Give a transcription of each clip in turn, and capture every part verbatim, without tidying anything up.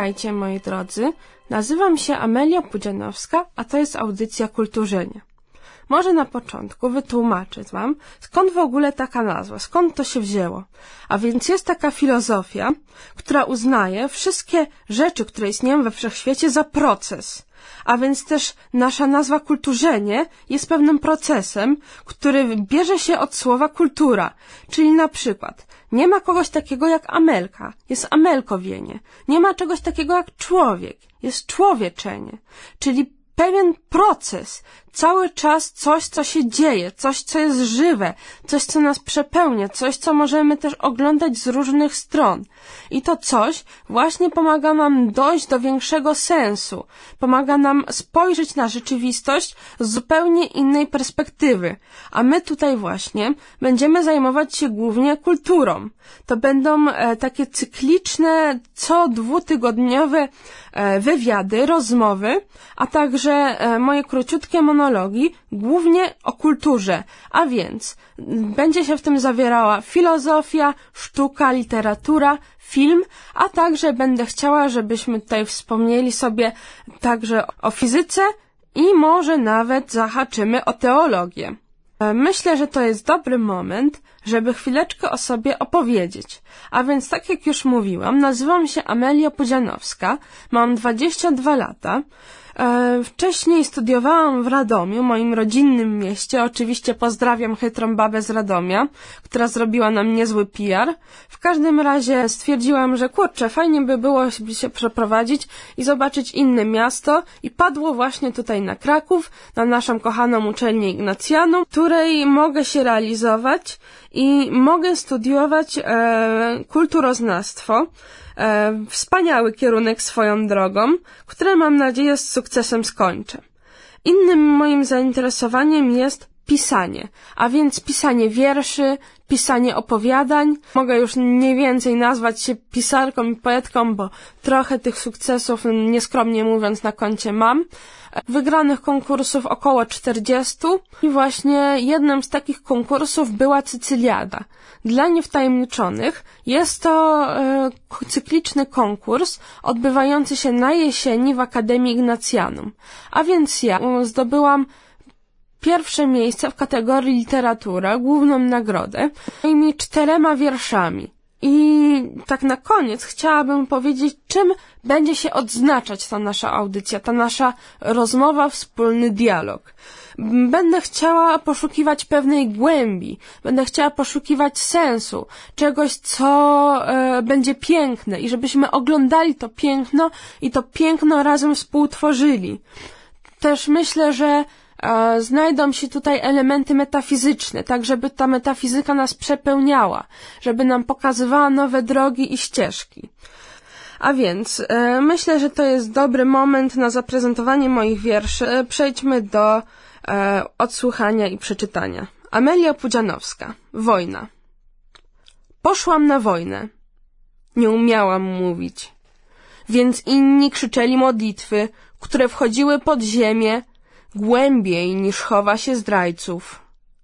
Witajcie, moi drodzy. Nazywam się Amelia Pudzianowska, a to jest audycja Kulturzenie. Może na początku wytłumaczę wam, skąd w ogóle taka nazwa, skąd to się wzięło. A więc jest taka filozofia, która uznaje wszystkie rzeczy, które istnieją we wszechświecie za proces. A więc też nasza nazwa kulturzenie jest pewnym procesem, który bierze się od słowa kultura. Czyli na przykład nie ma kogoś takiego jak Amelka, jest amelkowienie. Nie ma czegoś takiego jak człowiek, jest człowieczenie. Czyli pewien proces, cały czas coś, co się dzieje, coś, co jest żywe, coś, co nas przepełnia, coś, co możemy też oglądać z różnych stron. I to coś właśnie pomaga nam dojść do większego sensu, pomaga nam spojrzeć na rzeczywistość z zupełnie innej perspektywy. A my tutaj właśnie będziemy zajmować się głównie kulturą. To będą e, takie cykliczne, co dwutygodniowe e, wywiady, rozmowy, a także e, moje króciutkie monologi, głównie o kulturze. A więc będzie się w tym zawierała filozofia, sztuka, literatura, film, a także będę chciała, żebyśmy tutaj wspomnieli sobie także o fizyce i może nawet zahaczymy o teologię. Myślę, że to jest dobry moment, żeby chwileczkę o sobie opowiedzieć. A więc, tak jak już mówiłam, nazywam się Amelia Pudzianowska, mam dwadzieścia dwa lata. E, wcześniej studiowałam w Radomiu, moim rodzinnym mieście. Oczywiście pozdrawiam chytrą babę z Radomia, która zrobiła nam niezły P R. W każdym razie stwierdziłam, że kurczę, fajnie by było się przeprowadzić i zobaczyć inne miasto. I padło właśnie tutaj na Kraków, na naszą kochaną uczelnię Ignacjanum, w której mogę się realizować i mogę studiować e, kulturoznawstwo. E, wspaniały kierunek swoją drogą, które mam nadzieję z sukcesem skończę. Innym moim zainteresowaniem jest pisanie, a więc pisanie wierszy, pisanie opowiadań. Mogę już mniej więcej nazwać się pisarką i poetką, bo trochę tych sukcesów, nieskromnie mówiąc, na koncie mam. Wygranych konkursów około czterdziestu i właśnie jednym z takich konkursów była Cycyliada. Dla niewtajemniczonych jest to e, cykliczny konkurs odbywający się na jesieni w Akademii Ignacjanum. A więc ja zdobyłam pierwsze miejsce w kategorii literatura, główną nagrodę, moimi czterema wierszami. I tak na koniec chciałabym powiedzieć, czym będzie się odznaczać ta nasza audycja, ta nasza rozmowa, wspólny dialog. Będę chciała poszukiwać pewnej głębi, będę chciała poszukiwać sensu, czegoś, co e, będzie piękne i żebyśmy oglądali to piękno i to piękno razem współtworzyli. Też myślę, że E, znajdą się tutaj elementy metafizyczne, tak żeby ta metafizyka nas przepełniała, żeby nam pokazywała nowe drogi i ścieżki. A więc e, myślę, że to jest dobry moment na zaprezentowanie moich wierszy. Przejdźmy do e, odsłuchania i przeczytania. Amelia Pudzianowska. Wojna. Poszłam na wojnę. Nie umiałam mówić. Więc inni krzyczeli modlitwy, które wchodziły pod ziemię, głębiej niż chowa się zdrajców.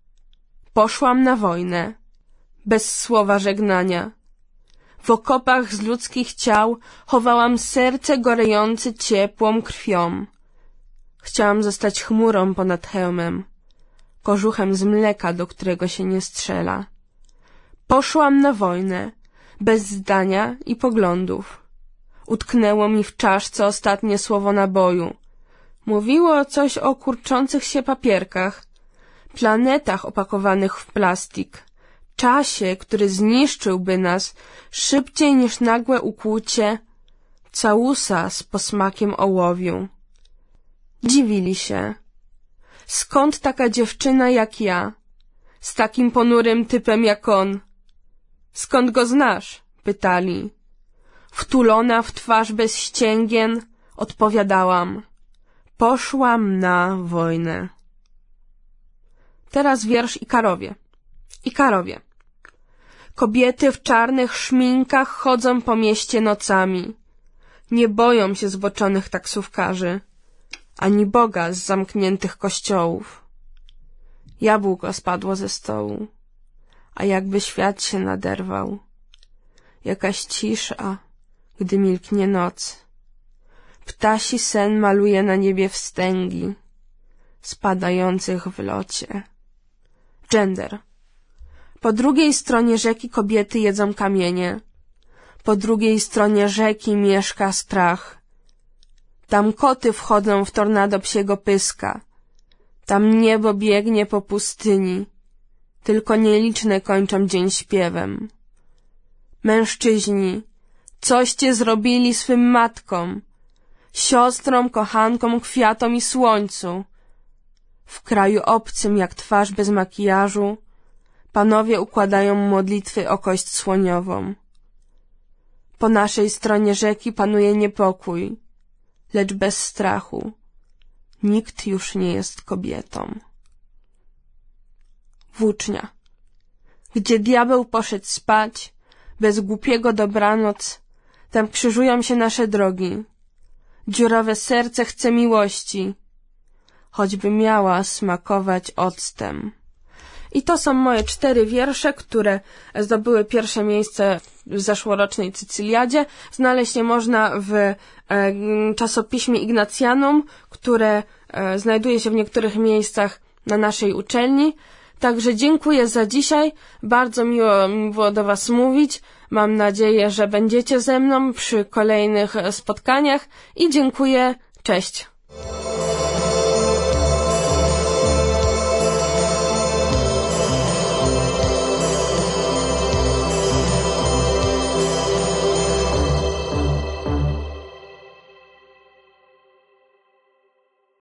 Poszłam na wojnę, bez słowa żegnania. W okopach z ludzkich ciał chowałam serce gorejące ciepłą krwią. Chciałam zostać chmurą ponad hełmem, kożuchem z mleka, do którego się nie strzela. Poszłam na wojnę, bez zdania i poglądów. Utknęło mi w czaszce ostatnie słowo naboju. Mówiło coś o kurczących się papierkach, planetach opakowanych w plastik, czasie, który zniszczyłby nas szybciej niż nagłe ukłucie całusa z posmakiem ołowiu. Dziwili się. Skąd taka dziewczyna jak ja, z takim ponurym typem jak on? Skąd go znasz? Pytali. Wtulona w twarz bez ścięgien, odpowiadałam. Poszłam na wojnę. Teraz wiersz Ikarowie. Ikarowie. Kobiety w czarnych szminkach chodzą po mieście nocami. Nie boją się zboczonych taksówkarzy, ani Boga z zamkniętych kościołów. Jabłko spadło ze stołu, a jakby świat się naderwał. Jakaś cisza, gdy milknie noc. Ptasi sen maluje na niebie wstęgi, spadających w locie. Gender. Po drugiej stronie rzeki kobiety jedzą kamienie. Po drugiej stronie rzeki mieszka strach. Tam koty wchodzą w tornado psiego pyska. Tam niebo biegnie po pustyni. Tylko nieliczne kończą dzień śpiewem. Mężczyźni, coście zrobili swym matkom, siostrom, kochankom, kwiatom i słońcu. W kraju obcym jak twarz bez makijażu, panowie układają modlitwy o kość słoniową. Po naszej stronie rzeki panuje niepokój, lecz bez strachu. Nikt już nie jest kobietą. Włócznia. Gdzie diabeł poszedł spać, bez głupiego dobranoc, tam krzyżują się nasze drogi. Dziurawe serce chce miłości, choćby miała smakować octem. I to są moje cztery wiersze, które zdobyły pierwsze miejsce w zeszłorocznej Cycyliadzie. Znaleźć je można w e, czasopiśmie Ignatianum, które e, znajduje się w niektórych miejscach na naszej uczelni. Także dziękuję za dzisiaj. Bardzo miło mi było do was mówić. Mam nadzieję, że będziecie ze mną przy kolejnych spotkaniach i dziękuję. Cześć.